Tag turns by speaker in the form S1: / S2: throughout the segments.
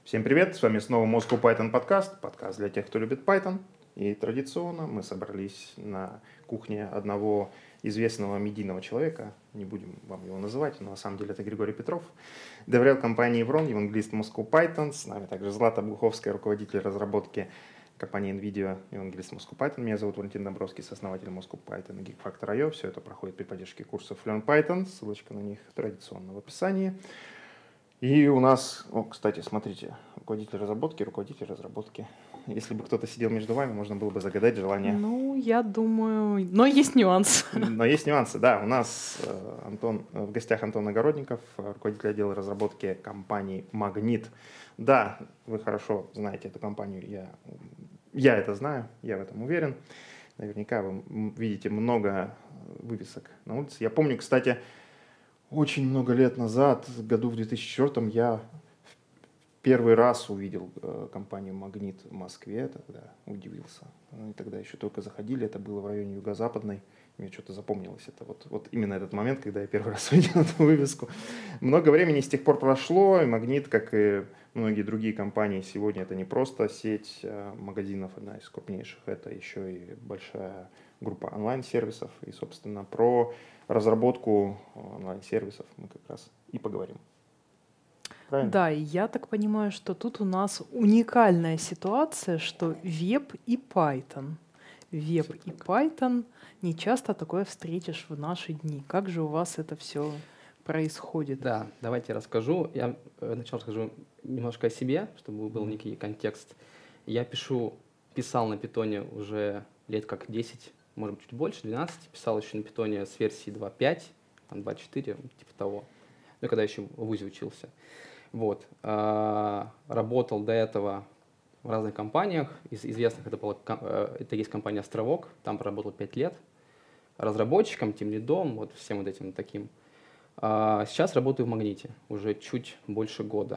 S1: Всем привет, с вами снова Moscow Python подкаст для тех, кто любит Python. И традиционно мы собрались на кухне одного известного медийного человека, не будем вам его называть, но на самом деле это Григорий Петров, доверял компании Evron, евангелист Moscow Python, с нами также Злата Буховская, руководитель разработки компании NVIDIA, евангелист Moscow Python. Меня зовут Валентин Домбровский, сооснователь Moscow Python и Geekfactor.io. Все это проходит при поддержке курсов Learn Python, ссылочка на них традиционно в описании. И у нас, кстати, смотрите, руководитель разработки. Если бы кто-то сидел между вами, можно было бы загадать желание.
S2: Ну, я думаю, но есть нюансы.
S1: Но есть нюансы, да. У нас в гостях Антон Огородников, руководитель отдела разработки компании «Магнит». Да, вы хорошо знаете эту компанию, я это знаю, я в этом уверен. Наверняка вы видите много вывесок на улице. Я помню, кстати, очень много лет назад, году в 2004, я первый раз увидел компанию «Магнит» в Москве, тогда удивился. И тогда еще только заходили, это было в районе Юго-Западной. Мне что-то запомнилось. Это вот именно этот момент, когда я первый раз увидел эту вывеску. Много времени с тех пор прошло, и «Магнит», как и многие другие компании, сегодня это не просто сеть магазинов, одна из крупнейших, это еще и большая группа онлайн-сервисов. И, собственно, про разработку онлайн-сервисов мы как раз и поговорим. Правильно?
S2: Да, и я так понимаю, что тут у нас уникальная ситуация, что веб и Python. Веб и Python не часто такое встретишь в наши дни. Как же у вас это все происходит?
S3: Да, давайте расскажу. Я сначала расскажу немножко о себе, чтобы был некий контекст. Я писал на питоне уже лет как 10, может быть, чуть больше, 12. Писал еще на питоне с версии 2.5, там 2.4, типа того. Ну, когда еще в ВУЗе учился. Вот. Работал до этого в разных компаниях. Из известных это есть компания «Островок», там проработал 5 лет. Разработчиком, тимлидом, вот всем вот этим таким. Сейчас работаю в «Магните» уже чуть больше года.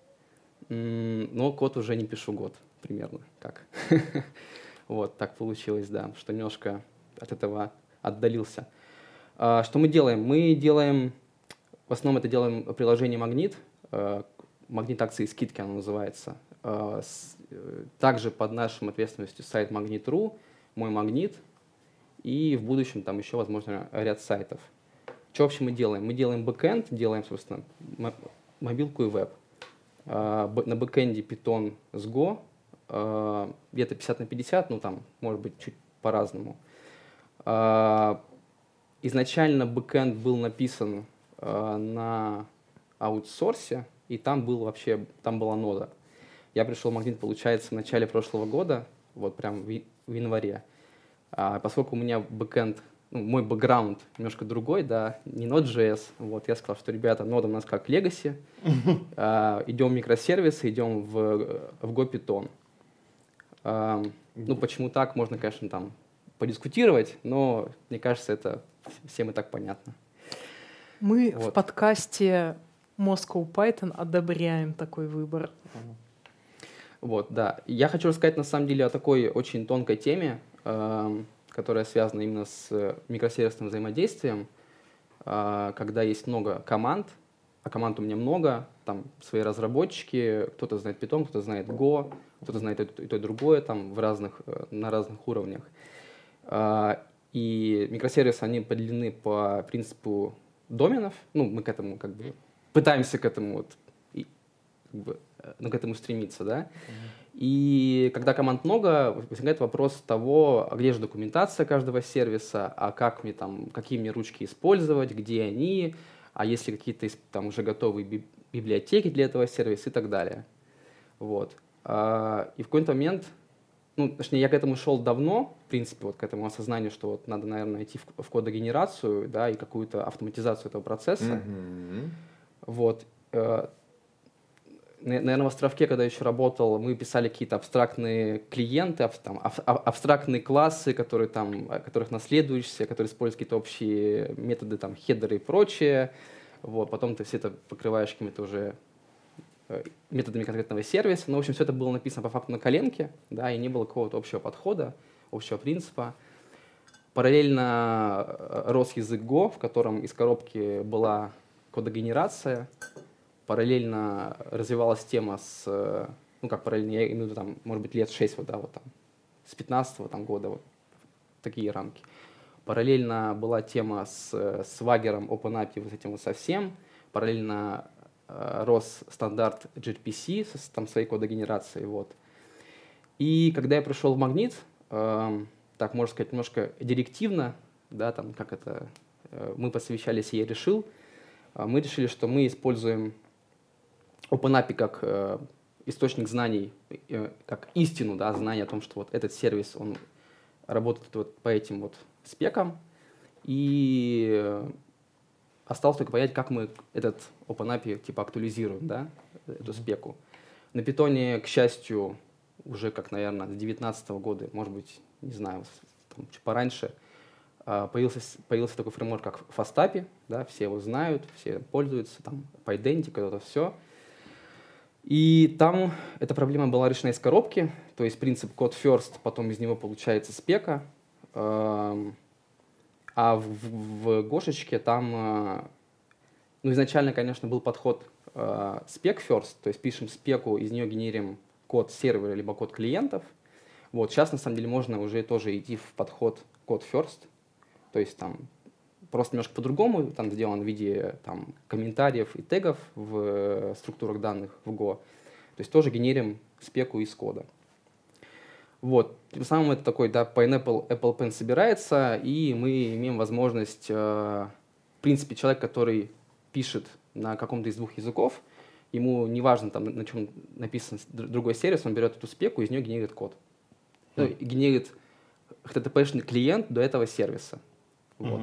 S3: Но код уже не пишу год примерно. Как? Вот, так получилось, да, что немножко от этого отдалился. Что мы делаем? В основном это делаем приложение «Магнит». «Магнит акции и скидки» оно называется. Также под нашей ответственностью сайт Магнит.ру, мой «Магнит», и в будущем там еще, возможно, ряд сайтов. Что вообще мы делаем? Мы делаем бэкэнд, делаем, собственно, мобилку и веб. На бэкэнде Python с Go, где-то 50/50, ну там, может быть, чуть по-разному. Изначально бэкэнд был написан на аутсорсе, и там была нода. Я пришел в Магнит, получается, в начале прошлого года, вот прям в январе. Поскольку у меня бэкэнд, мой бэкграунд немножко другой, да, не Node.js, вот, я сказал, что, ребята, нода у нас как Legacy, идем в микросервисы, идем в Go Python. Почему так, можно, конечно, там подискутировать, но мне кажется, это всем и так понятно.
S2: Мы в подкасте Moscow Python одобряем такой выбор.
S3: Вот, да. Я хочу рассказать, на самом деле, о такой очень тонкой теме, которая связана именно с микросервисным взаимодействием, когда есть много команд, а команд у меня много, там свои разработчики, кто-то знает Python, кто-то знает Go, кто-то знает и то, и другое там на разных уровнях. И микросервисы, они поделены по принципу доменов, мы к этому пытаемся к этому к этому стремиться, да. И когда команд много, возникает вопрос того, а где же документация каждого сервиса, а какие мне ручки использовать, где они, а есть ли какие-то там уже готовые библиотеки для этого сервиса и так далее. Вот. И в какой-то момент, точнее, я к этому шел давно, в принципе, вот к этому осознанию, что вот надо, наверное, найти в кодогенерацию, да, и какую-то автоматизацию этого процесса. Вот. Наверное, в Островке, когда еще работал, мы писали какие-то абстрактные клиенты, абстрактные классы, которых наследуешься, которые используют какие-то общие методы, там, хедеры и прочее. Вот. Потом ты все это покрываешь какими-то уже методами конкретного сервиса. В общем, все это было написано по факту на коленке, да, и не было какого-то общего подхода, общего принципа. Параллельно рос язык Go, в котором из коробки была кодогенерация. параллельно развивалась тема ну как параллельно, я имею в виду там, может быть, лет 6, вот, да, вот там, с 15-го там, года, вот такие рамки. Параллельно была тема с Swagger, OpenAPI, вот этим вот совсем. Параллельно рос стандарт gRPC с там, своей кодогенерацией. Вот. И когда я пришел в Магнит, так можно сказать, немножко директивно, да, там, как это, мы посовещались, и я решил, мы решили, что мы используем OpenAPI как источник знаний, как истину, да, знания о том, что вот этот сервис, он работает вот по этим вот спекам, и осталось только понять, как мы этот OpenAPI типа актуализируем, да, эту спеку. На питоне, к счастью, уже как, наверное, с 2019 года, может быть, не знаю, там, чуть пораньше, появился такой фреймворк, как FastAPI, да, все его знают, все пользуются, там, PyDentity, это все. И там эта проблема была решена из коробки, то есть принцип code first, потом из него получается спека. А в Гошечке там, ну, изначально, конечно, был подход spec first, то есть пишем спеку, из нее генерим код сервера либо код клиентов. Вот, сейчас, на самом деле, можно уже тоже идти в подход code first, то есть там просто немножко по-другому, там сделан в виде там, комментариев и тегов в структурах данных в Go. То есть тоже генерим спеку из кода. Вот. Тем самым это такой, да, Pineapple Apple Pen собирается, и мы имеем возможность, в принципе, человек, который пишет на каком-то из двух языков, ему не важно, там, на чем написан другой сервис, он берет эту спеку и из нее генерит код. Ну, генерит HTTP-шный клиент до этого сервиса. Вот.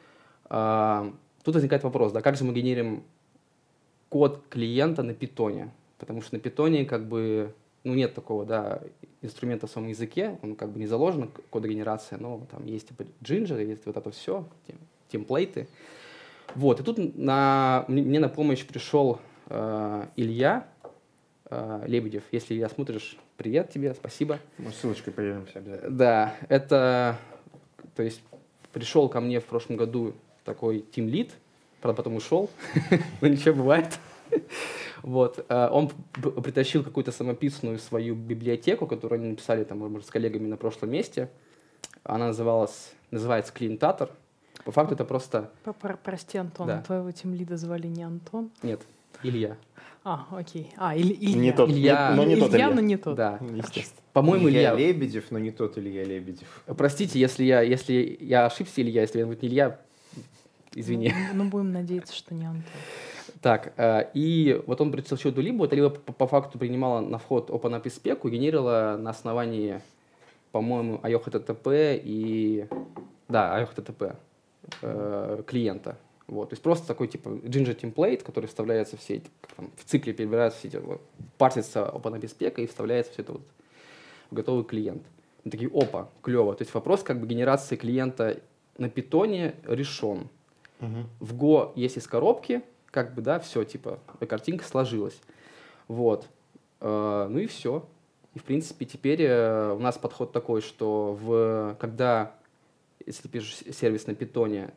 S3: Тут возникает вопрос, да, как же мы генерим код клиента на питоне? Потому что на питоне как бы, ну, нет такого, да, инструмента в самом языке, он как бы не заложен, кодогенерация, но там есть типа Ginger, есть вот это все, темплейты. Вот, и тут мне на помощь пришел Илья Лебедев. Если, Илья, смотришь, привет тебе, спасибо.
S1: Мы ссылочкой поделимся обязательно.
S3: Да, это, то есть, пришел ко мне в прошлом году такой тимлид, правда, потом ушел, но ничего, бывает. Вот. Он притащил какую-то самописную свою библиотеку, которую они написали там, может быть, с коллегами на прошлом месте. Она называется Cleantator. По факту это просто...
S2: Прости, Антон,
S3: Да.
S2: твоего тимлида звали не Антон?
S3: Нет, Илья.
S2: Окей. Илья.
S1: Не тот,
S3: Илья.
S1: но не тот
S2: Илья,
S1: Илья.
S2: но не тот.
S3: Да.
S1: Естественно.
S3: По-моему, Илья.
S4: Лебедев, но не тот Илья Лебедев.
S3: Простите, если я ошибся, Илья, если это будет не Илья, извини.
S2: Ну, будем надеяться, что не Антон.
S3: Так, и вот он притащил эту либо, это либо по факту принимала на вход OpenAPI спеку, генерила на основании, по-моему, IOHTTP и... Да, IOHTTP клиента. Вот. То есть просто такой типа Ginger template, который вставляется все эти, там, в цикле перебираются все эти, вот, парсится OpenAPI спека и вставляется все это вот в готовый клиент. Мы такие, опа, клево. То есть вопрос как бы генерации клиента на питоне решен. В Go есть из коробки, как бы, да, все, типа, картинка сложилась. Вот. Ну и все. И, в принципе, теперь у нас подход такой, что когда, если ты пишешь сервис на питоне,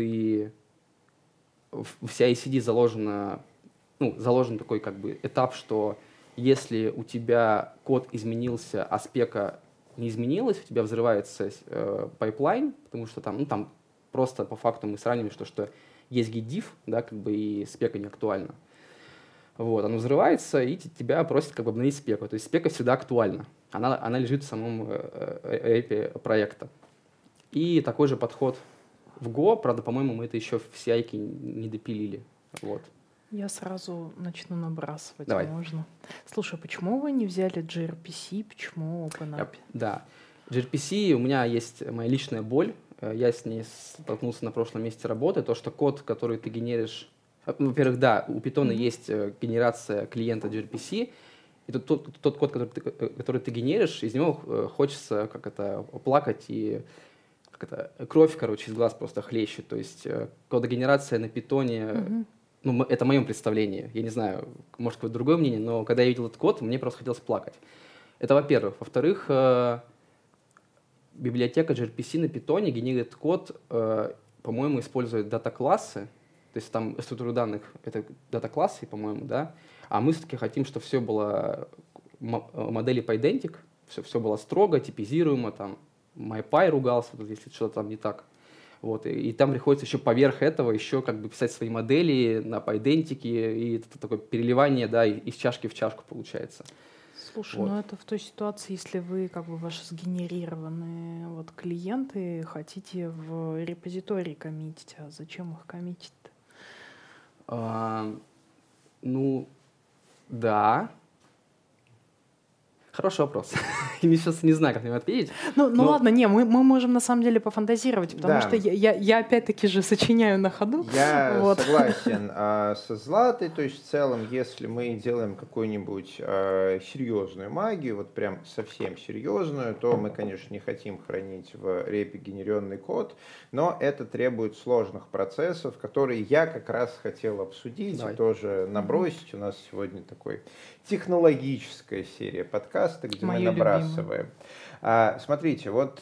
S3: вся ICD заложен такой как бы этап, что если у тебя код изменился, а спека не изменилась, у тебя взрывается пайплайн, потому что там просто по факту мы сравниваем, что есть git-diff, да, как бы и спека не актуальна. Вот, оно взрывается, и тебя просят как бы обновить спеку. То есть спека всегда актуальна. Она лежит в самом API проекта. И такой же подход в Go, правда, по-моему, мы это еще в CI-ке не допилили. Вот.
S2: Я сразу начну набрасывать,
S3: Давай.
S2: можно. Слушай, почему вы не взяли gRPC, почему OpenAPI?
S3: Да. gRPC, у меня есть моя личная боль. Я с ней столкнулся на прошлом месте работы. То, что код, который ты генеришь... Во-первых, да, у Python есть генерация клиента gRPC. И тот код, который ты генеришь, из него хочется плакать и кровь, из глаз просто хлещет. То есть кодогенерация на питоне, это мое представление. Я не знаю, может, какое-то другое мнение, но когда я видел этот код, мне просто хотелось плакать. Это во-первых. Во-вторых, библиотека gRPC на питоне генерирует код, по-моему, использует дата-классы. То есть там структура данных — это дата-классы, по-моему, да, а мы все-таки хотим, чтобы все было модели по идентик, все было строго, типизируемо, там, MyPy ругался, если что-то там не так. Вот, и там приходится еще поверх этого еще как бы писать свои модели на пайдентике, и это такое переливание, да, из чашки в чашку получается.
S2: Слушай,
S3: Вот.
S2: ну это в той ситуации, если вы как бы ваши сгенерированные вот клиенты хотите в репозитории коммитить, а зачем их коммитить-то?
S3: Ну, да. Хороший вопрос. Я сейчас не знаю, как на него ответить.
S2: Ну ладно, не, мы можем на самом деле пофантазировать, потому
S4: Да.
S2: что я опять-таки же сочиняю на ходу.
S4: Я
S2: Вот.
S4: согласен со Златой, то есть в целом, если мы делаем какую-нибудь серьезную магию, вот прям совсем серьезную, то мы, конечно, не хотим хранить в репе генерированный код, но это требует сложных процессов, которые я как раз хотел обсудить и тоже набросить. У нас сегодня такой технологическая серия подкаста, где
S2: Моё
S4: мы набрасываем. Смотрите, вот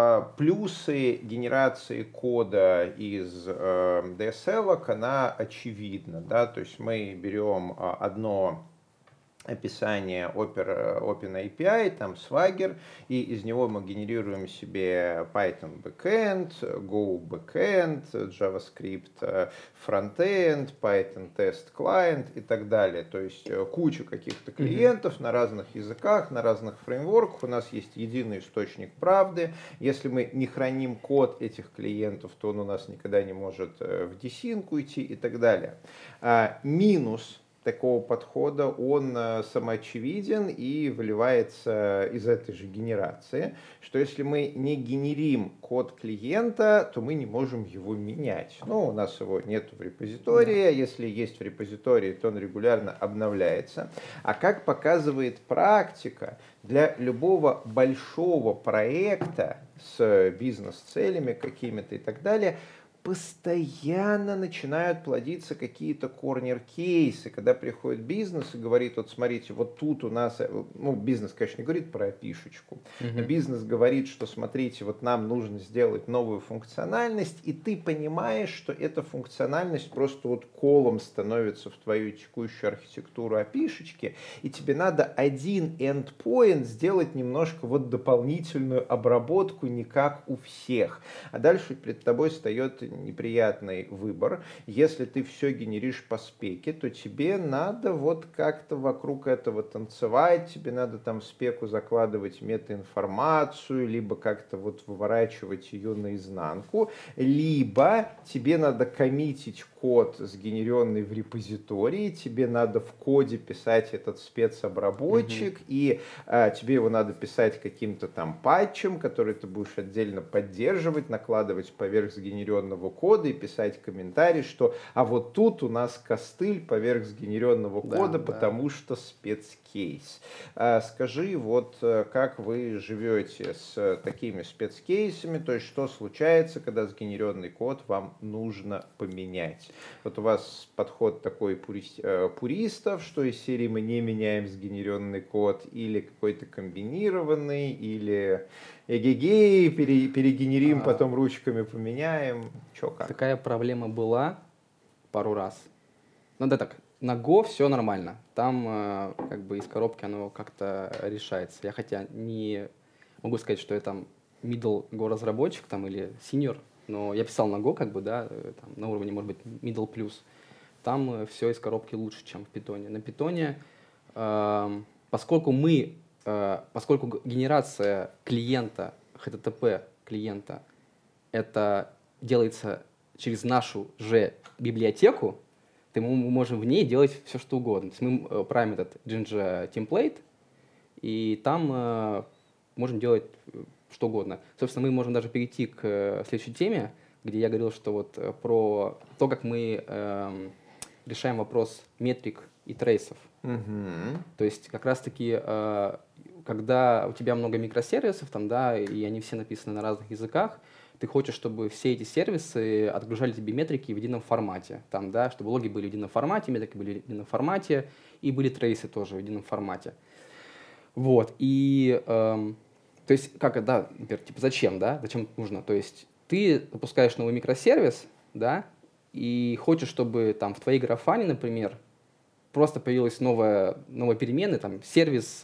S4: плюсы генерации кода из DSL, она очевидна, да, то есть мы берем одно описание OpenAPI, там Swagger, и из него мы генерируем себе Python backend, Go backend, JavaScript frontend, Python test client и так далее. То есть куча каких-то клиентов на разных языках, на разных фреймворках. У нас есть единый источник правды. Если мы не храним код этих клиентов, то он у нас никогда не может в десинку идти и так далее. Минус такого подхода, он самоочевиден и выливается из этой же генерации, что если мы не генерим код клиента, то мы не можем его менять. Ну, у нас его нет в репозитории, а если есть в репозитории, то он регулярно обновляется. А как показывает практика, для любого большого проекта с бизнес-целями какими-то и так далее, постоянно начинают плодиться какие-то корнер-кейсы, когда приходит бизнес и говорит, вот смотрите, вот тут у нас, ну, бизнес, конечно, не говорит про опишечку, но бизнес говорит, что смотрите, вот нам нужно сделать новую функциональность, и ты понимаешь, что эта функциональность просто вот колом становится в твою текущую архитектуру опишечки, и тебе надо один endpoint сделать немножко вот дополнительную обработку, не как у всех. А дальше перед тобой встает неприятный выбор. Если ты все генеришь по спеке, то тебе надо вот как-то вокруг этого танцевать, тебе надо там в спеку закладывать метаинформацию, либо как-то вот выворачивать ее наизнанку, либо тебе надо коммитить код, сгенеренный в репозитории, тебе надо в коде писать этот спецобработчик, и тебе его надо писать каким-то там патчем, который ты будешь отдельно поддерживать, накладывать поверх сгенеренного кода и писать комментарий, что а вот тут у нас костыль поверх сгенеренного кода, потому что спецкейс. Скажи, вот как вы живете с такими спецкейсами, то есть что случается, когда сгенеренный код вам нужно поменять? Вот у вас подход такой пуристов, что из серии мы не меняем сгенеренный код, или какой-то комбинированный, или эгегей, перегенерим, потом ручками поменяем. Чё, как?
S3: Такая проблема была пару раз. Ну да, так, на Go все нормально. Там как бы из коробки оно как-то решается. Я хотя не могу сказать, что я там middle Go разработчик там, или senior, но я писал на Go, как бы, да, там, на уровне, может быть, middle plus. Там все из коробки лучше, чем в Python. На Python, поскольку генерация клиента, HTTP клиента, это делается через нашу же библиотеку, то мы можем в ней делать все, что угодно. То есть мы правим этот Jinja template, и там можем делать что угодно. Собственно, мы можем даже перейти к следующей теме, где я говорил, что вот про то, как мы решаем вопрос метрик и трейсов. То есть как раз-таки, когда у тебя много микросервисов, там, да, и они все написаны на разных языках, ты хочешь, чтобы все эти сервисы отгружали тебе метрики в едином формате, там, да, чтобы логи были в едином формате, метрики были в едином формате, и были трейсы тоже в едином формате. Вот, и, то есть, как, да, например, типа, зачем, да, зачем нужно? То есть, ты запускаешь новый микросервис, да, и хочешь, чтобы там в твоей графане, например, просто появилась новая переменная, там, сервис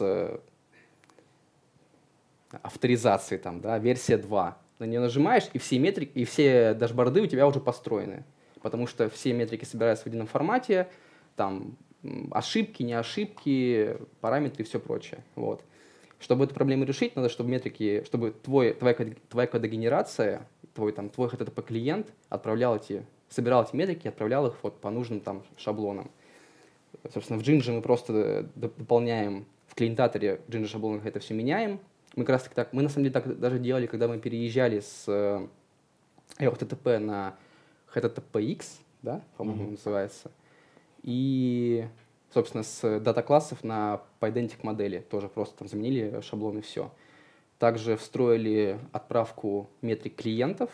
S3: авторизации, там, да, версия 2. На нее нажимаешь, и все метрики, и все дашборды у тебя уже построены. Потому что все метрики собираются в едином формате, там ошибки, не ошибки, параметры и все прочее. Вот. Чтобы эту проблему решить, надо, чтобы метрики, чтобы твоя кодогенерация, твой HTTP-клиент собирал эти метрики и отправлял их вот по нужным там шаблонам. Собственно, в Jinja мы просто дополняем, в клиентаторе в Jinja шаблонах это все меняем. Мы как раз таки так, мы на самом деле так даже делали, когда мы переезжали с HTTP на HTTPX, да, по-моему, называется. И, собственно, с дата-классов на Pydantic модели тоже просто там заменили шаблоны и все. Также встроили отправку метрик клиентов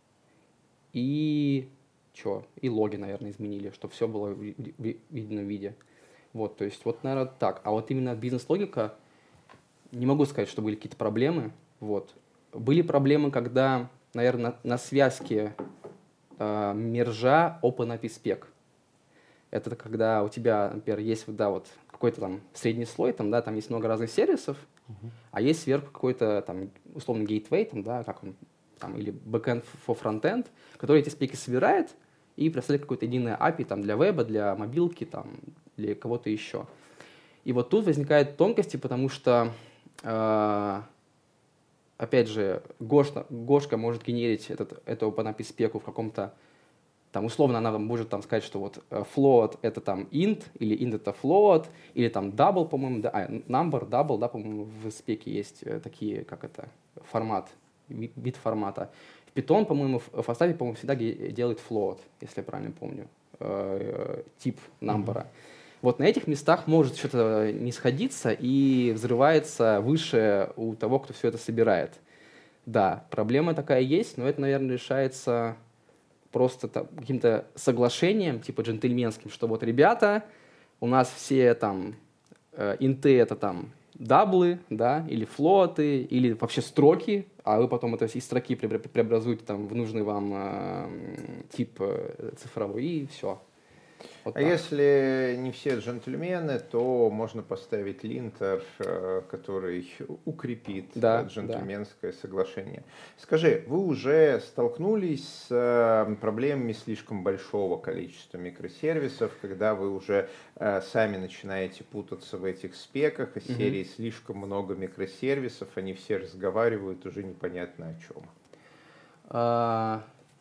S3: и логи, наверное, изменили, чтобы все было в едином виде. Вот, то есть, вот, наверное, так. А вот именно бизнес-логика, не могу сказать, что были какие-то проблемы. Вот. Были проблемы, когда, наверное, на связке мержа OpenAPI spec. Это когда у тебя, например, есть вот какой-то там средний слой, там есть много разных сервисов, а есть сверху какой-то там условно gateway, или backend for frontend, который эти спеки собирает и представляет какое-то единое API там, для веба, для мобилки, там, для кого-то еще. И вот тут возникают тонкости, потому что, опять же, Гошка может генерить эту OpenAPI спеку в каком-то, там, условно, она может там сказать, что вот float — это там int, или int — это float, или там double, по-моему, number, double, да, по-моему, в спеке есть такие, формат, вид формата. В Python, по-моему, в Fastave, по-моему, всегда делает float, если я правильно помню, тип number. Вот на этих местах может что-то не сходиться и взрывается выше у того, кто все это собирает. Да, проблема такая есть, но это, наверное, решается просто каким-то соглашением, типа джентльменским, что вот, ребята, у нас все там инты — это там даблы, да, или флоты, или вообще строки, а вы потом это из строки преобразуете там в нужный вам тип цифровой, и все. Вот так.
S4: Если не все джентльмены, то можно поставить линтер, который укрепит джентльменское соглашение. Скажи, вы уже столкнулись с проблемами слишком большого количества микросервисов, когда вы уже сами начинаете путаться в этих спеках, из серии слишком много микросервисов, они все разговаривают уже непонятно о чем?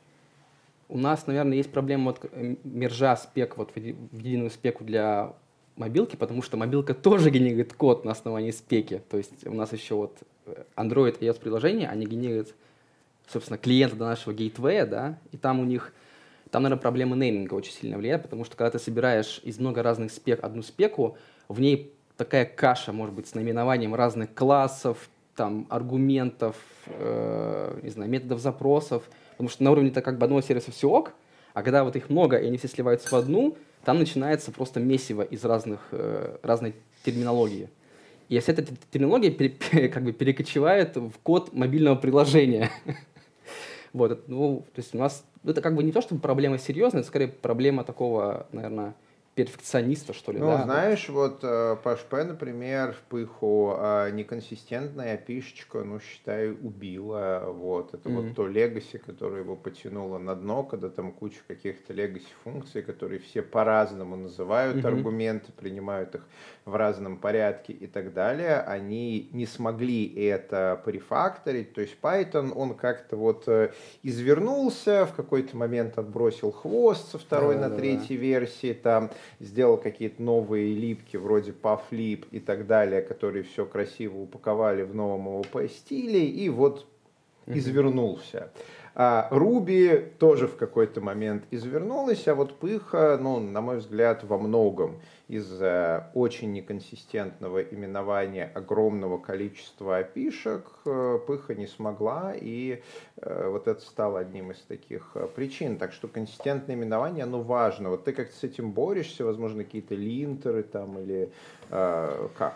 S3: У нас, наверное, есть проблема мержа спек в единую спеку для мобилки, потому что мобилка тоже генерирует код на основании спеки. То есть у нас еще Android и iOS-приложения, они генерируют, собственно, клиента до нашего гейтвея, да, и там, наверное, проблема нейминга очень сильно влияет, потому что когда ты собираешь из много разных спек одну спеку, в ней такая каша, может быть, с наименованием разных классов, там, аргументов, не знаю, методов запросов. Потому что на уровне-то одного сервиса все ок, а когда вот их много, и они все сливаются в одну, там начинается просто месиво из разной терминологии. И вся эта терминология перекочевает в код мобильного приложения. Вот, то есть у нас это не то, чтобы проблема серьезная, это скорее проблема такого, наверное, перфекциониста, что ли.
S4: Ну, да? Знаешь, вот PHP, например, в пыху неконсистентная API-шечка, считай, убила. Вот. Это вот то легаси, которое его потянуло на дно, когда там куча каких-то легаси-функций, которые все по-разному называют аргументы, принимают их в разном порядке и так далее. Они не смогли это порефакторить. То есть Python, он как-то извернулся, в какой-то момент отбросил хвост со второй на третьей версии, там сделал какие-то новые липки вроде PuffLib и так далее, которые все красиво упаковали в новом ООП стиле, и извернулся. Ruby тоже в какой-то момент извернулась, а вот Пыха, на мой взгляд, во многом из-за очень неконсистентного именования огромного количества опишек Пыха не смогла, и вот это стало одним из таких причин. Так что консистентное именование, оно важно. Вот ты как-то с этим борешься, возможно, какие-то линтеры там или как?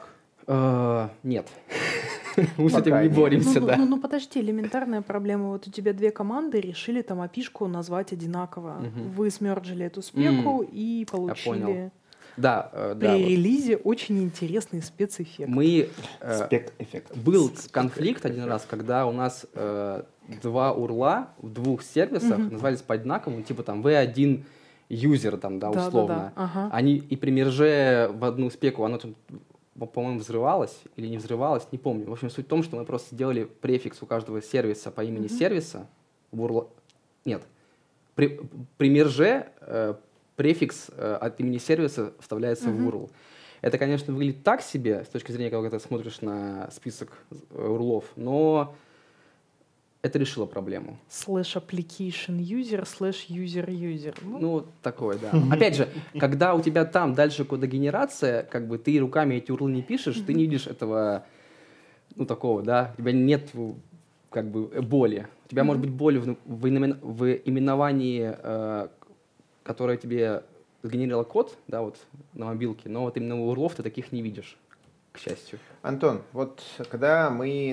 S3: Нет. Мы с
S4: Пока
S3: этим не
S4: нет.
S3: боремся, да.
S2: Ну, подожди, элементарная проблема. Вот у тебя две команды решили там API-шку назвать одинаково.
S3: Мгм.
S2: Вы смерджили эту спеку и
S3: понял.
S2: получили
S3: Да,
S2: при
S3: да. Вот
S2: релизе очень интересный спецэффект.
S3: мы
S1: Спек-эффект.
S3: был конфликт один раз, когда у нас два урла в двух сервисах
S2: Мгм.
S3: назывались по-одинаковому, типа там V1 юзер, там, да,
S2: Да-да-да,
S3: условно.
S2: ага.
S3: Они и при мерже в одну спеку, оно там, по-моему, взрывалось или не взрывалось, не помню. В общем, суть в том, что мы просто сделали префикс у каждого сервиса по имени
S2: Мгм.
S3: сервиса. В урла... Нет. При мерже префикс от имени сервиса вставляется в
S2: Мгм.
S3: URL. Это, конечно, выглядит так себе, с точки зрения, когда ты смотришь на список урлов, но это решило проблему.
S2: /application user /user user.
S3: Ну, такое, да. Опять же, когда у тебя там дальше кодогенерация, как бы ты руками эти урлы не пишешь, ты не видишь этого, ну, такого, да, у тебя нет как бы боли. У тебя может быть боль в именовании, которое тебе сгенерировал код, да, вот на мобилке, но вот именно у урлов ты таких не видишь, к счастью.
S4: Антон, вот когда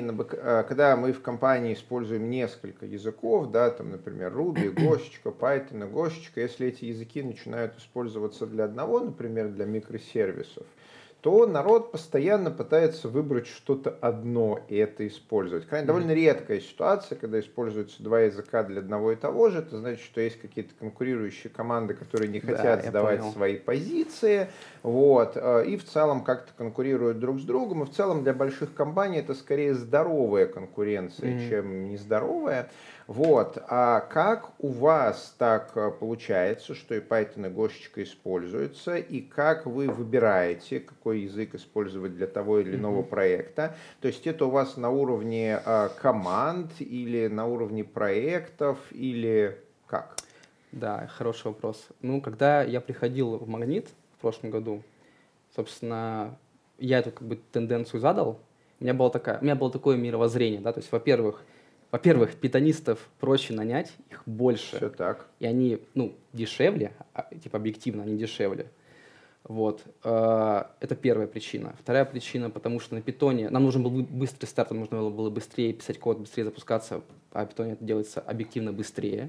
S4: мы в компании используем несколько языков, да, там, например, Ruby, Гошечка, Python, Гошечка, если эти языки начинают использоваться для одного, например, для микросервисов, то народ постоянно пытается выбрать что-то одно и это использовать. Довольно редкая ситуация, когда используются два языка для одного и того же. Это значит, что есть какие-то конкурирующие команды, которые не хотят сдавать свои позиции, вот, и в целом как-то конкурируют друг с другом. И в целом для больших компаний это скорее здоровая конкуренция, чем нездоровая. Вот. А как у вас так получается, что и Python, и Гошечка используются, и как вы выбираете, какой язык использовать для того или иного проекта? То есть это у вас на уровне команд или на уровне проектов, или как?
S3: Да, хороший вопрос. Ну, когда я приходил в Магнит в прошлом году, собственно, я эту как бы тенденцию задал. У меня было такое мировоззрение, да, то есть, во-первых, питонистов проще нанять, их больше.
S4: Все так.
S3: И они, ну, дешевле, типа объективно они дешевле. Вот. Это первая причина. Вторая причина, потому что на питоне нам нужен был быстрый старт, нам нужно было быстрее писать код, быстрее запускаться, а в питоне это делается объективно быстрее.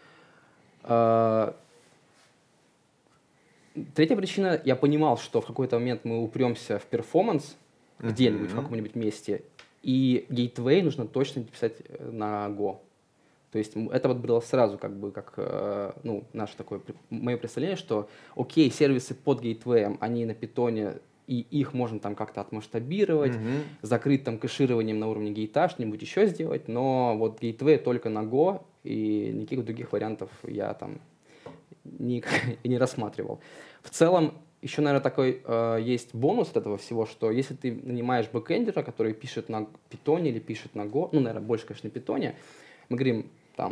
S3: Третья причина, я понимал, что в какой-то момент мы упремся в перформанс где-нибудь, в каком-нибудь месте, и гейтвей нужно точно писать на Go. То есть это вот было сразу как ну, наше такое, мое представление, что окей, сервисы под гейтвеем, они на питоне, и их можно там как-то отмасштабировать, закрыть там кэшированием на уровне гейта, что-нибудь еще сделать, но вот гейтвей только на Go, и никаких других вариантов я там не рассматривал. В целом, еще, наверное, такой есть бонус от этого всего, что если ты нанимаешь бэкэндера, который пишет на питоне или пишет на Go, ну, наверное, больше, конечно, на питоне, мы говорим,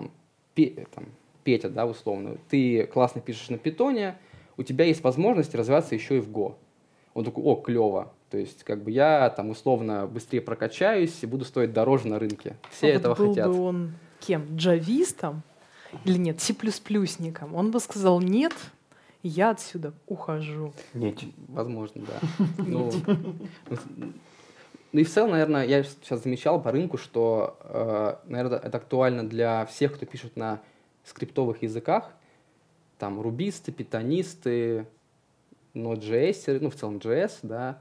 S3: Петя, да, условно, ты классно пишешь на питоне, у тебя есть возможность развиваться еще и в Go. Он такой, о, клево. То есть, как бы я там условно быстрее прокачаюсь и буду стоить дороже на рынке. Все этого
S2: был
S3: хотят.
S2: Был бы он кем? Джавистом? Или нет, C++-ником? Он бы сказал, нет, я отсюда ухожу.
S1: Нет.
S3: Возможно, да. Ну и в целом, наверное, я сейчас замечал по рынку, что, наверное, это актуально для всех, кто пишет на скриптовых языках. Там рубисты, питонисты, Node.js, ну в целом JS, да,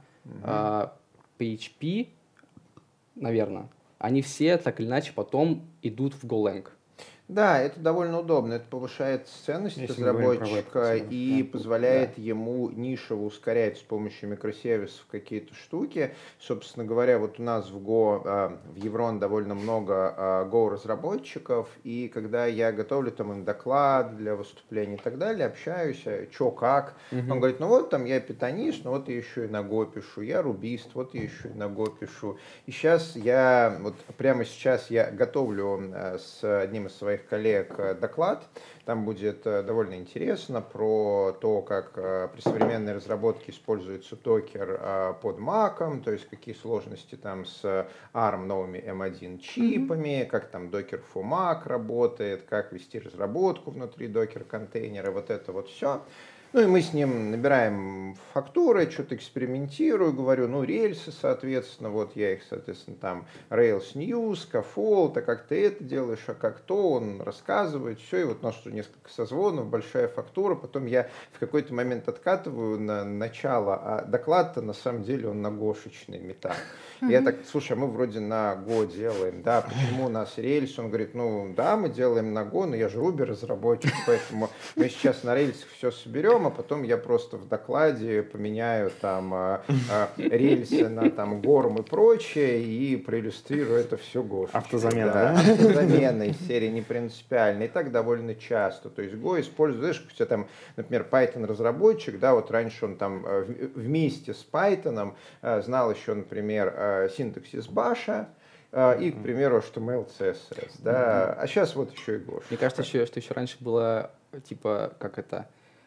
S3: PHP, наверное. Они все так или иначе потом идут в Golang.
S4: Да, это довольно удобно. Это повышает ценность разработчика и позволяет ему нишево ускорять с помощью микросервисов какие-то штуки. Собственно говоря, вот у нас в Go, в Еврон довольно много Go-разработчиков, и когда я готовлю там им доклад для выступления и так далее, общаюсь, чё, как. Он говорит, ну вот там я питонист, но вот я еще и на Go пишу, я рубист, вот я еще и на Go пишу. И прямо сейчас я готовлю с одним из своих коллег доклад. Там будет довольно интересно про то, как при современной разработке используется докер под Mac, то есть какие сложности там с ARM новыми M1 чипами, как там докер for Mac работает, как вести разработку внутри докер контейнера, вот это вот все. Ну и мы с ним набираем фактуры, что-то экспериментирую, говорю, ну рельсы, соответственно, вот я их, соответственно, там Rails New, Scaffold, а как ты это делаешь, а как то, он рассказывает, все, и вот у нас что несколько созвонов, большая фактура, потом я в какой-то момент откатываю на начало, а доклад-то на самом деле он на гошечный металл. Я так, слушай, мы вроде на Go делаем, да, почему у нас рельс? Он говорит, ну да, мы делаем на Go, но я же Ruby разработчик, поэтому мы сейчас на рельсах все соберем, а потом я просто в докладе поменяю там рельсы на там Горм и прочее и проиллюстрирую это все Go.
S1: Автозамена, да?
S4: Автозамена из серии не принципиально. И так довольно часто. То есть Go использует, знаешь, у тебя там, например, Python разработчик, да, вот раньше он там вместе с Python знал еще, например, синтаксис баша, и, к примеру, HTML, CSS, да, а сейчас вот еще и Go.
S3: Мне кажется, что еще раньше было, типа, как это,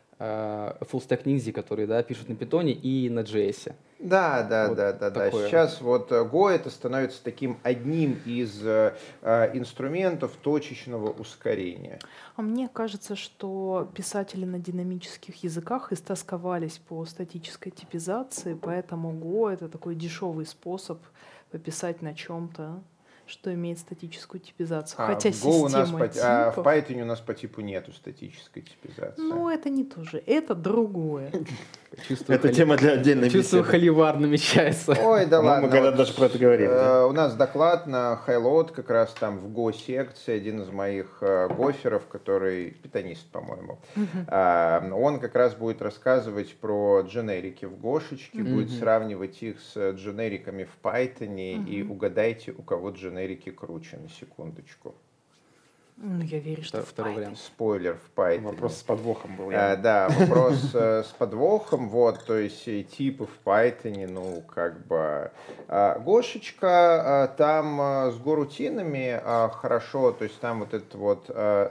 S3: full stack ниндзя, которые, да, пишут на питоне и на JS.
S4: Да.
S3: Вот такое.
S4: Сейчас вот Go это становится таким одним из инструментов точечного ускорения.
S2: А мне кажется, что писатели на динамических языках истосковались по статической типизации, поэтому Go — это такой дешевый способ пописать на чем-то, что имеет статическую типизацию. Хотя
S4: в Go у нас
S2: система
S4: в
S2: типов...
S4: Python у нас по типу нету статической типизации.
S2: Ну, это не то же, это другое.
S1: Это тема для отдельной
S3: Чувство
S1: беседы.
S3: холивар намечается.
S4: Ой, да ладно.
S1: Мы когда даже про это говорили. Да?
S4: У нас доклад на Highload как раз там в Go-секции, один из моих гоферов, который питонист, по-моему, он как раз будет рассказывать про дженерики в Гошечке, будет сравнивать их с дженериками в Python, и угадайте, у кого дженерики круче, на секундочку.
S2: Ну, я верю, что
S3: Второй
S2: в
S3: вариант.
S4: Спойлер в Python.
S1: Вопрос с подвохом был.
S4: Да, вопрос с подвохом, вот, то есть типы в Python, ну, как бы, Гошечка, там с горутинами хорошо, то есть там вот этот вот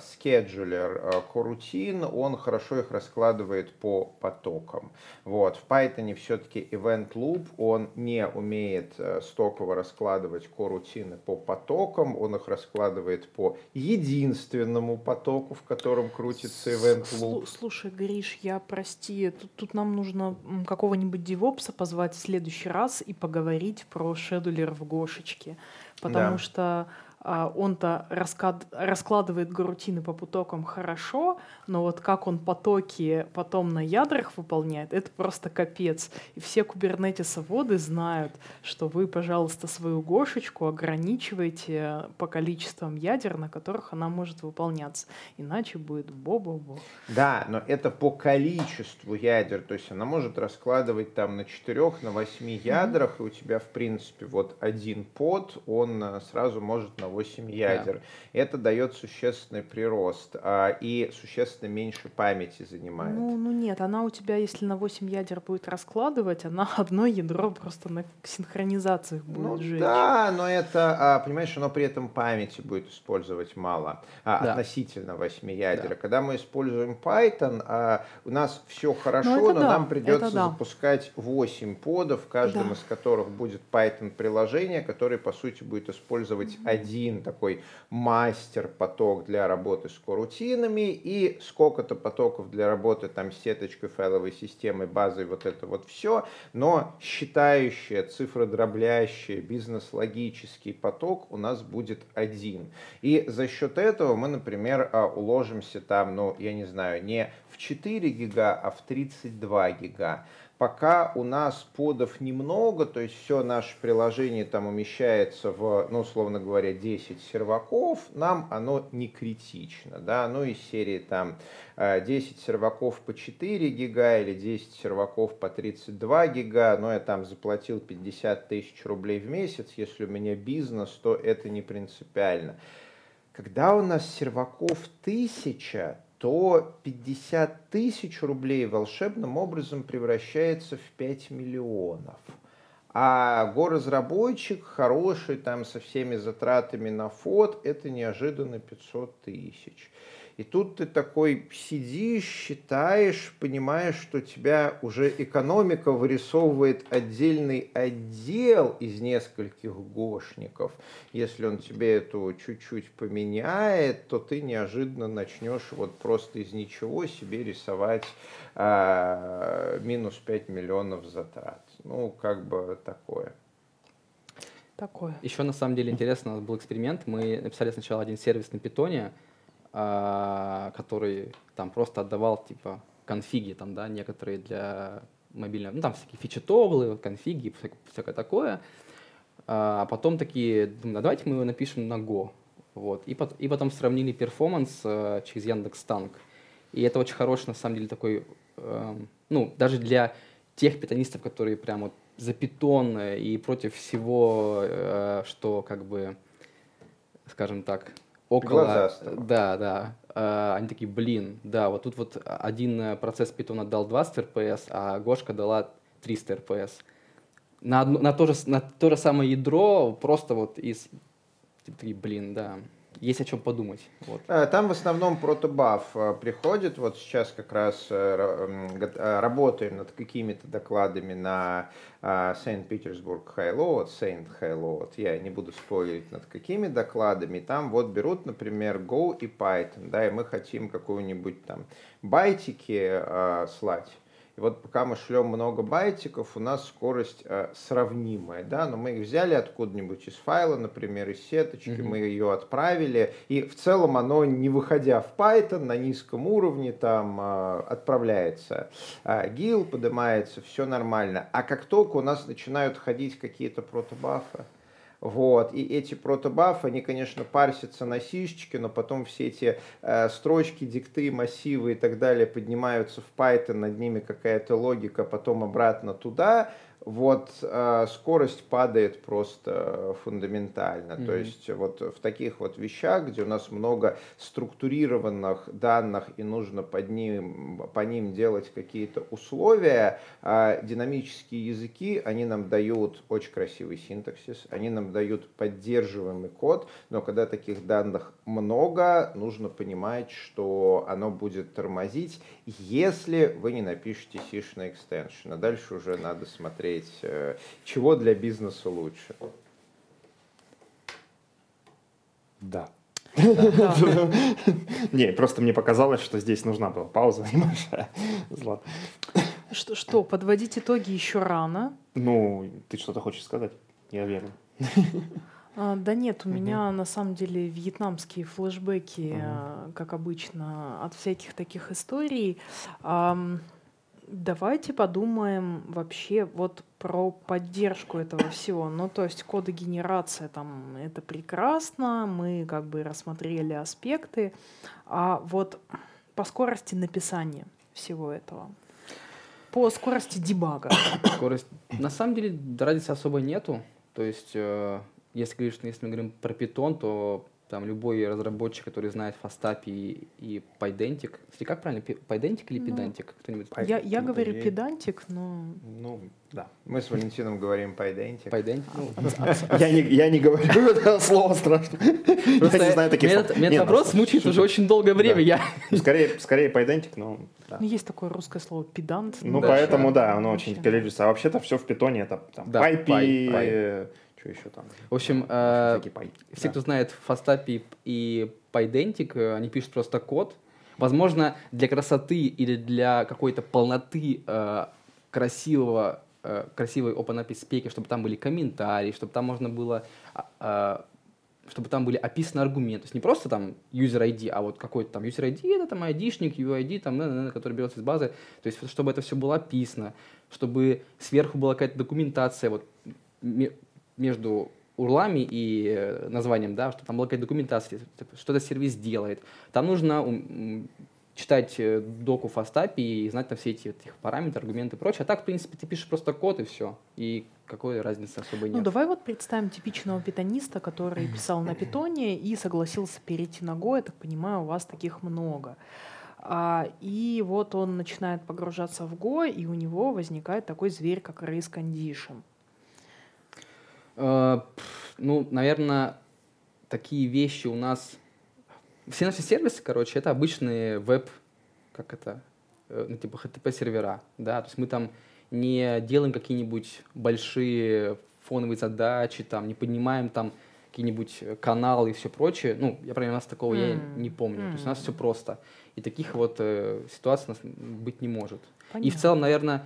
S4: scheduler корутин, он хорошо их раскладывает по потокам, вот, в Python все-таки event loop, он не умеет стоково раскладывать корутины по потокам, он их раскладывает по единственному потоку, в котором крутится event loop.
S2: Слушай, Гриш, прости, тут нам нужно какого-нибудь девопса позвать в следующий раз и поговорить про шедулер в Гошечке, потому что он-то раскладывает горутины по потокам хорошо, но вот как он потоки потом на ядрах выполняет, это просто капец. И все кубернетисоводы знают, что вы, пожалуйста, свою Гошечку ограничиваете по количествам ядер, на которых она может выполняться. Иначе будет бо-бо-бо.
S4: Да, но это по количеству ядер, то есть она может раскладывать там на 4, на 8 ядрах, и у тебя, в принципе, вот один под, он сразу может на 8 ядер. Это дает существенный прирост и существенно меньше памяти занимает.
S2: Ну нет, она у тебя, если на 8 ядер будет раскладывать, она одно ядро просто на синхронизациях будет жечь.
S4: Да, но это, понимаешь, оно при этом памяти будет использовать мало относительно 8 ядер.
S3: Да.
S4: Когда мы используем Python, у нас все хорошо, но нам придется запускать 8 подов, в каждом из которых будет Python-приложение, которое, по сути, будет использовать один такой мастер-поток для работы с корутинами и сколько-то потоков для работы там с сеточкой, файловой системой, базой, вот это вот все, но считающее, цифродроблящее, бизнес-логический поток у нас будет один. И за счет этого мы, например, уложимся там, ну, я не знаю, не в 4 гига, а в 32 гига. Пока у нас подов немного, то есть все наше приложение там умещается в, ну, условно говоря, 10 серваков, нам оно не критично, да, ну, из серии там 10 серваков по 4 гига или 10 серваков по 32 гига, но я там заплатил 50 тысяч рублей в месяц, если у меня бизнес, то это не принципиально. Когда у нас серваков 1000, то 50 тысяч рублей волшебным образом превращается в 5 миллионов. А Go-разработчик хороший, там со всеми затратами на фот, это неожиданно 500 тысяч. И тут ты такой сидишь, считаешь, понимаешь, что тебя уже экономика вырисовывает отдельный отдел из нескольких гошников. Если он тебе эту чуть-чуть поменяет, то ты неожиданно начнешь вот просто из ничего себе рисовать минус 5 миллионов затрат. Ну, как бы такое.
S2: Такое.
S3: Еще на самом деле интересно, у нас был эксперимент. Мы написали сначала один сервис на питоне, который там просто отдавал типа конфиги, там, да, некоторые для мобильного, ну там всякие фичи-тоглы, конфиги, всякое такое. А потом такие, думаю, давайте мы его напишем на Go. Вот. И потом сравнили перформанс через Яндекс.Танк. И это очень хороший, на самом деле, такой, ну, даже для тех питонистов, которые прям вот за питон и против всего, что как бы, скажем так, около...
S4: Глазастого.
S3: Да. Они такие, блин, да, вот тут вот один процесс питона дал 20 РПС, а Гошка дала 300 РПС. На то же самое ядро просто вот из... Типа такие, блин, да, есть о чем подумать. Вот.
S4: Там в основном протобаф приходит. Вот сейчас как раз работаем над какими-то докладами на Saint-Petersburg Highload, Saint Highload. Я не буду спойлерить над какими докладами. Там вот берут, например, Go и Python, да, и мы хотим какую-нибудь там байтики слать. И вот пока мы шлем много байтиков, у нас скорость сравнимая, да, но мы их взяли откуда-нибудь из файла, например, из сеточки, мы ее отправили, и в целом оно, не выходя в Python, на низком уровне там отправляется GIL, поднимается, все нормально. А как только у нас начинают ходить какие-то протобафы, вот. И эти протобафы, они, конечно, парсятся на сишечке, но потом все эти строчки, дикты, массивы и так далее поднимаются в Python, над ними какая-то логика, потом обратно туда. Вот скорость падает просто фундаментально. То есть вот в таких вот вещах, где у нас много структурированных данных и нужно по ним делать какие-то условия, динамические языки, они нам дают очень красивый синтаксис, они нам дают поддерживаемый код, но когда таких данных много, нужно понимать, что оно будет тормозить, если вы не напишете сишный экстеншн. А дальше уже надо смотреть, чего для бизнеса лучше.
S1: Да. Не, просто мне показалось, что здесь нужна была пауза небольшая. Злат.
S2: Что, подводить итоги еще рано?
S1: Ну, ты что-то хочешь сказать? Я верю.
S2: Да нет, у меня на самом деле вьетнамские флешбеки, как обычно, от всяких таких историй. Давайте подумаем вообще вот про поддержку этого всего. Ну, то есть кодогенерация там это прекрасно, мы как бы рассмотрели аспекты, а вот по скорости написания всего этого, по скорости дебага.
S3: Скорость. На самом деле разницы особо нету. То есть, если мы говорим про Python, то там любой разработчик, который знает FastAPI и Pydantic. Кстати, как правильно? Pydantic или Pedantic? Кто-нибудь?
S2: Я говорю педантик, но...
S1: Ну, да.
S4: Мы с Валентином говорим Pydantic.
S3: Pydantic?
S1: Я не говорю это слово страшно. Я не знаю таких слов.
S3: Меня этот вопрос мучает уже очень долгое время.
S1: Скорее Pydantic, но...
S2: Ну, есть такое русское слово педант.
S1: Ну, поэтому, да, оно очень колледжится. А вообще-то все в питоне, это там пайпи... Что еще там?
S3: В общем, все, кто знает FastAPI и Pydantic, они пишут просто код. Возможно, для красоты или для какой-то полноты красивой OpenAPI спеки, чтобы там были комментарии, чтобы там можно было, чтобы там были описаны аргументы. То есть не просто там user ID, а вот какой-то там user ID, это там ID-шник, UID, там, который берется из базы. То есть чтобы это все было описано, чтобы сверху была какая-то документация, вот между урлами и названием, да, чтобы там была какая-то документация, что этот сервис делает. Там нужно читать доку FastAPI и знать там все эти параметры, аргументы и прочее. А так, в принципе, ты пишешь просто код и все. И какой разницы особо нет.
S2: Ну, давай вот представим типичного питониста, который писал на питоне и согласился перейти на Go. Я так понимаю, у вас таких много. И вот он начинает погружаться в Go, и у него возникает такой зверь, как race condition.
S3: Ну, наверное, такие вещи у нас все наши сервисы, короче, это обычные веб, как это, ну, типа HTTP-сервера, да, то есть мы там не делаем какие-нибудь большие фоновые задачи, там, не поднимаем там какие-нибудь каналы и все прочее. Ну, я, например, у нас такого я не помню. То есть у нас все просто. И таких вот ситуаций у нас быть не может.
S2: Понятно.
S3: И в целом, наверное,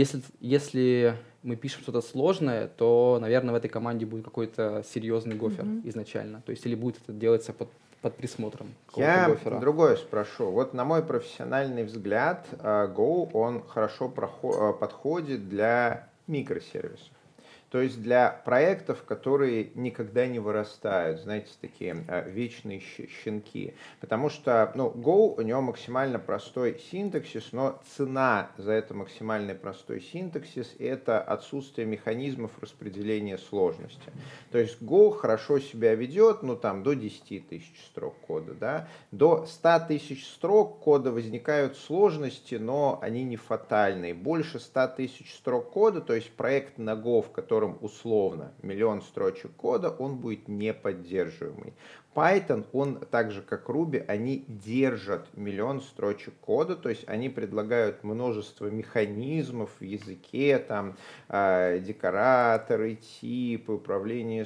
S3: если мы пишем что-то сложное, то, наверное, в этой команде будет какой-то серьезный гофер изначально. То есть или будет это делаться под присмотром какого-то
S4: Я
S3: гофера.
S4: другое спрошу. Вот на мой профессиональный взгляд, Go, он хорошо подходит для микросервисов. То есть для проектов, которые никогда не вырастают, знаете, такие вечные щенки. Потому что Go, у него максимально простой синтаксис, но цена за это максимально простой синтаксис – это отсутствие механизмов распределения сложности. То есть Go хорошо себя ведет, до 10 тысяч строк кода. Да? До 100 тысяч строк кода возникают сложности, но они не фатальные. Больше 100 тысяч строк кода, то есть проект на Go, в котором условно 1 000 000 строчек кода, он будет неподдерживаемый. Python, он так же как Ruby, они держат 1 000 000 строчек кода, то есть они предлагают множество механизмов в языке, там декораторы, типы, управление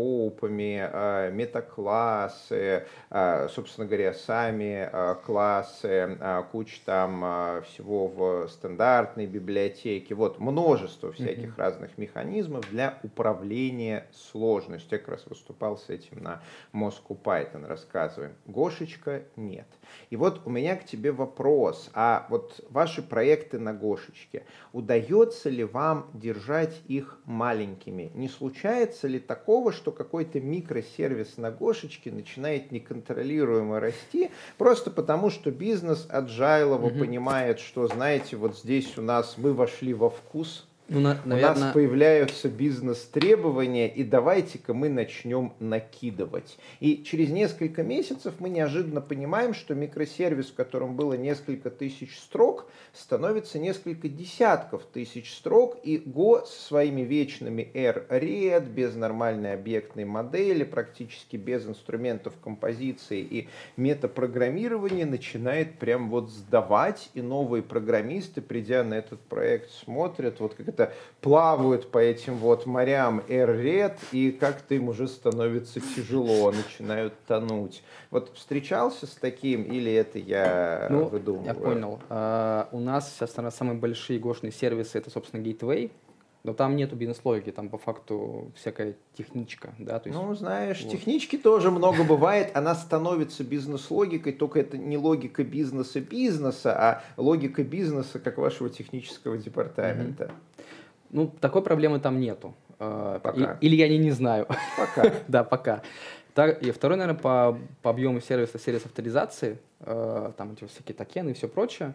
S4: скопами, метаклассы, собственно говоря, сами классы, куча там всего в стандартной библиотеке. Вот множество всяких разных механизмов для управления сложностью. Я как раз выступал с этим на Moscow Python, рассказываем. Гошечка нет. И вот у меня к тебе вопрос. А вот ваши проекты на Гошечке, удается ли вам держать их маленькими? Не случается ли такого, что какой-то микросервис на Гошечке начинает неконтролируемо расти, просто потому что бизнес agile понимает, что, знаете, вот здесь у нас мы вошли во вкус, наверное... у нас появляются бизнес-требования, и давайте-ка мы начнем накидывать. И через несколько месяцев мы неожиданно понимаем, что микросервис, в котором было несколько тысяч строк, становится несколько десятков тысяч строк, и Go со своими вечными R-Red, без нормальной объектной модели, практически без инструментов композиции и метапрограммирования, начинает прям вот сдавать, и новые программисты, придя на этот проект, смотрят, вот как это плавают по этим вот морям R-Red, и как-то им уже становится тяжело, начинают тонуть. Вот встречался с таким, или это я выдумываю?
S3: Я понял. У нас сейчас, наверное, самые большие гошные сервисы — это, собственно, Gateway, но там нету бизнес-логики, там по факту всякая техничка. Да? То есть,
S4: знаешь, технички тоже много бывает, она становится бизнес-логикой, только это не логика бизнеса, а логика бизнеса как вашего технического департамента.
S3: Такой проблемы там нету.
S4: Пока.
S3: Или я не знаю.
S4: Пока.
S3: Да, пока. И второй, наверное, по объему сервиса, сервис авторизации, там эти всякие токены и все прочее,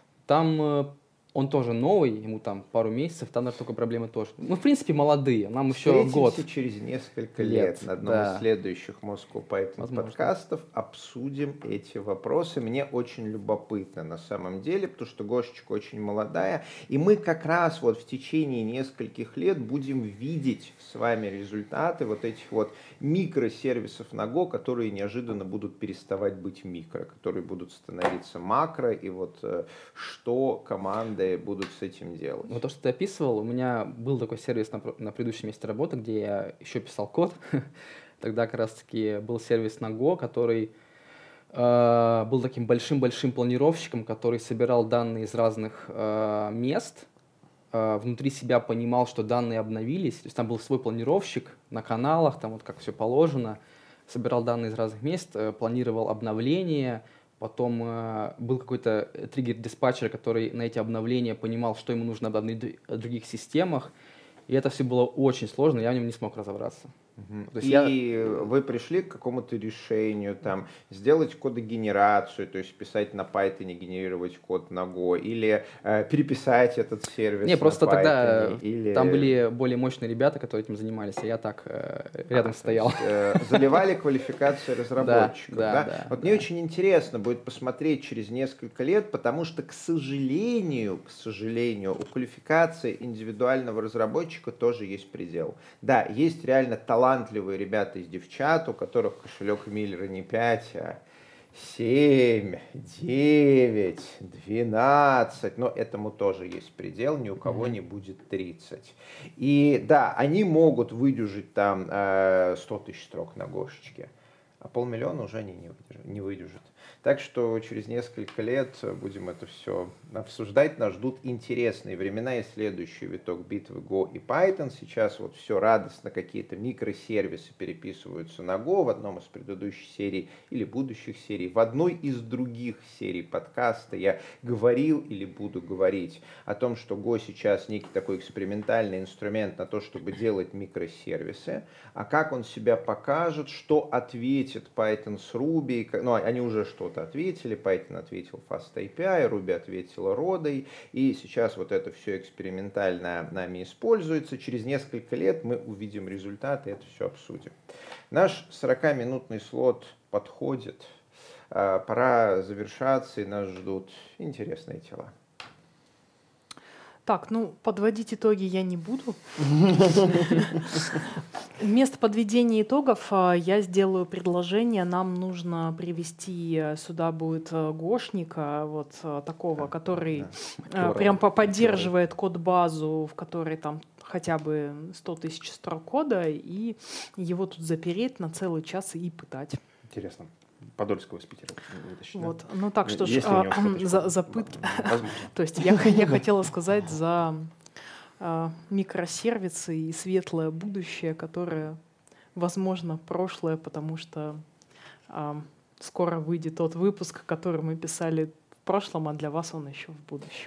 S3: там он тоже новый, ему там пару месяцев, там даже только проблемы тоже. В принципе, молодые, нам еще год.
S4: Через несколько лет на одном из следующих Moscow Python подкастов обсудим эти вопросы. Мне очень любопытно на самом деле, потому что Гошечка очень молодая, и мы как раз вот в течение нескольких лет будем видеть с вами результаты вот этих вот микросервисов на Go, которые неожиданно будут переставать быть микро, которые будут становиться макро, и вот что команды будут с этим делать.
S3: Вот то, что ты описывал, у меня был такой сервис на предыдущем месте работы, где я еще писал код. Тогда как раз-таки был сервис на Go, который был таким большим-большим планировщиком, который собирал данные из разных мест, внутри себя понимал, что данные обновились. То есть там был свой планировщик на каналах, там вот как все положено, собирал данные из разных мест, планировал обновления. Потом был какой-то триггер-диспатчер, который на эти обновления понимал, что ему нужно обновить в других системах. И это все было очень сложно, я в нем не смог разобраться.
S4: То есть вы пришли к какому-то решению, там, сделать кодогенерацию, то есть писать на Python, генерировать код на Go, или переписать этот сервис
S3: на просто
S4: Python,
S3: тогда
S4: или...
S3: там были более мощные ребята, которые этим занимались, а я так рядом стоял.
S4: Заливали квалификацию разработчиков.
S3: Да.
S4: Вот мне очень интересно будет посмотреть через несколько лет, потому что, к сожалению, у квалификации индивидуального разработчика тоже есть предел. Да, есть реально талантливые ребята из девчат, у которых кошелек Миллера не 5, а 7, 9, 12, но этому тоже есть предел, ни у кого не будет 30. И да, они могут выдержать там 100 тысяч строк на Гошечке, а 500 000 уже они не выдержат. Так что через несколько лет будем это все обсуждать. Нас ждут интересные времена и следующий виток битвы Go и Python. Сейчас вот все радостно, какие-то микросервисы переписываются на Go в одном из предыдущих серий или будущих серий. В одной из других серий подкаста я говорил или буду говорить о том, что Go сейчас некий такой экспериментальный инструмент на то, чтобы делать микросервисы. А как он себя покажет, что ответит Python с Ruby. Ну, они уже что-то ответили, Python ответил Fast API, Ruby ответила Родой, и сейчас вот это все экспериментально нами используется. Через несколько лет мы увидим результаты и это все обсудим. Наш 40-минутный слот подходит, пора завершаться, и нас ждут интересные дела.
S2: Так, ну, подводить итоги я не буду. Вместо подведения итогов я сделаю предложение. Нам нужно привести сюда будет гошника, вот такого, который прям поддерживает код-базу, в которой там хотя бы 100 тысяч строк кода, и его тут запереть на целый час и пытать.
S1: Интересно. Подольского из Питера вытащить.
S2: Вот.
S1: Да?
S2: Ну так что ж, за пытки. То есть я хотела сказать за микросервисы и светлое будущее, которое, возможно, прошлое, потому что скоро выйдет тот выпуск, который мы писали в прошлом, а для вас он еще в будущем.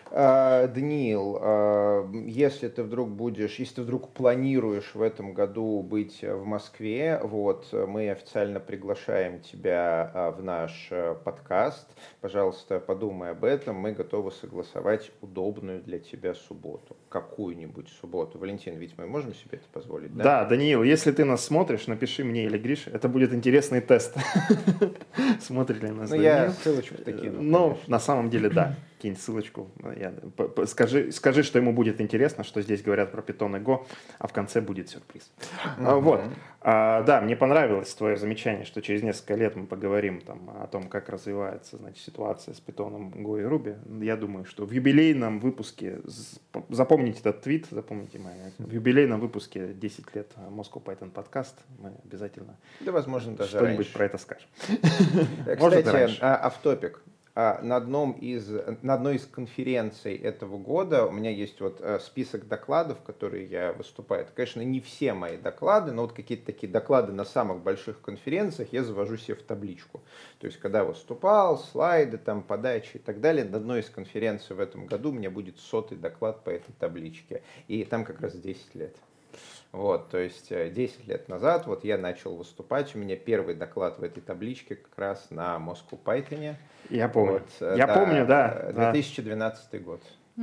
S4: Даниил, если ты вдруг планируешь в этом году быть в Москве, вот, мы официально приглашаем тебя в наш подкаст. Пожалуйста, подумай об этом. Мы готовы согласовать удобную для тебя субботу. Какую-нибудь субботу. Валентин, ведь мы можем себе это позволить, да?
S1: Да, Даниил, если ты нас смотришь, напиши мне или Грише. Это будет интересный тест. Смотрит ли нас Даниил?
S4: Я ссылочку такину.
S1: Ну, на самом деле, да. Кинь ссылочку. Скажи, что ему будет интересно, что здесь говорят про Python и Go, а в конце будет сюрприз. Вот. Да, мне понравилось твое замечание, что через несколько лет мы поговорим там о том, как развивается, значит, ситуация с Python, Go и Ruby. Я думаю, что в юбилейном выпуске, запомните этот твит, запомните в юбилейном выпуске 10 лет Moscow Python подкаст, мы обязательно
S4: возможно, даже
S1: что-нибудь про это скажем.
S4: Кстати, офф-топик. На одной из конференций этого года у меня есть вот список докладов, которые я выступаю. Это, конечно, не все мои доклады, но вот какие-то такие доклады на самых больших конференциях я завожу себе в табличку. То есть, когда выступал, слайды, там, подачи и так далее. На одной из конференций в этом году у меня будет 100-й доклад по этой табличке. И там как раз 10 лет. Вот, то есть 10 лет назад вот я начал выступать, у меня первый доклад в этой табличке как раз на Moscow Python.
S1: Я помню.
S4: Вот,
S1: Я помню, да.
S4: 2012 год.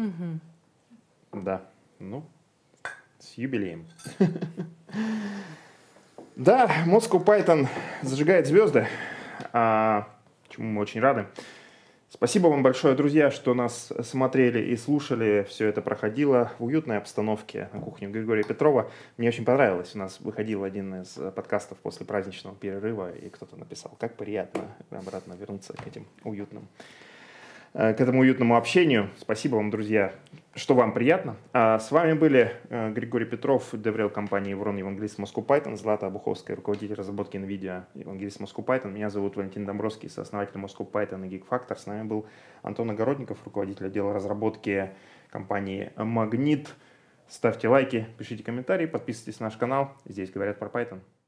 S1: Да, ну, с юбилеем. Да, Moscow Python зажигает звезды, чему мы очень рады. Спасибо вам большое, друзья, что нас смотрели и слушали. Все это проходило в уютной обстановке на кухне Григория Петрова. Мне очень понравилось. У нас выходил один из подкастов после праздничного перерыва, и кто-то написал, как приятно обратно вернуться к этому уютному общению. Спасибо вам, друзья, что вам приятно. С вами были Григорий Петров, деврел компании «Еврон», евангелист Moscow Python, Злата Обуховская, руководитель разработки NVIDIA, евангелист Moscow Python. Меня зовут Валентин Домбровский, сооснователь Moscow Python и Geekfactor. С нами был Антон Огородников, руководитель отдела разработки компании Магнит. Ставьте лайки, пишите комментарии, подписывайтесь на наш канал. Здесь говорят про Python.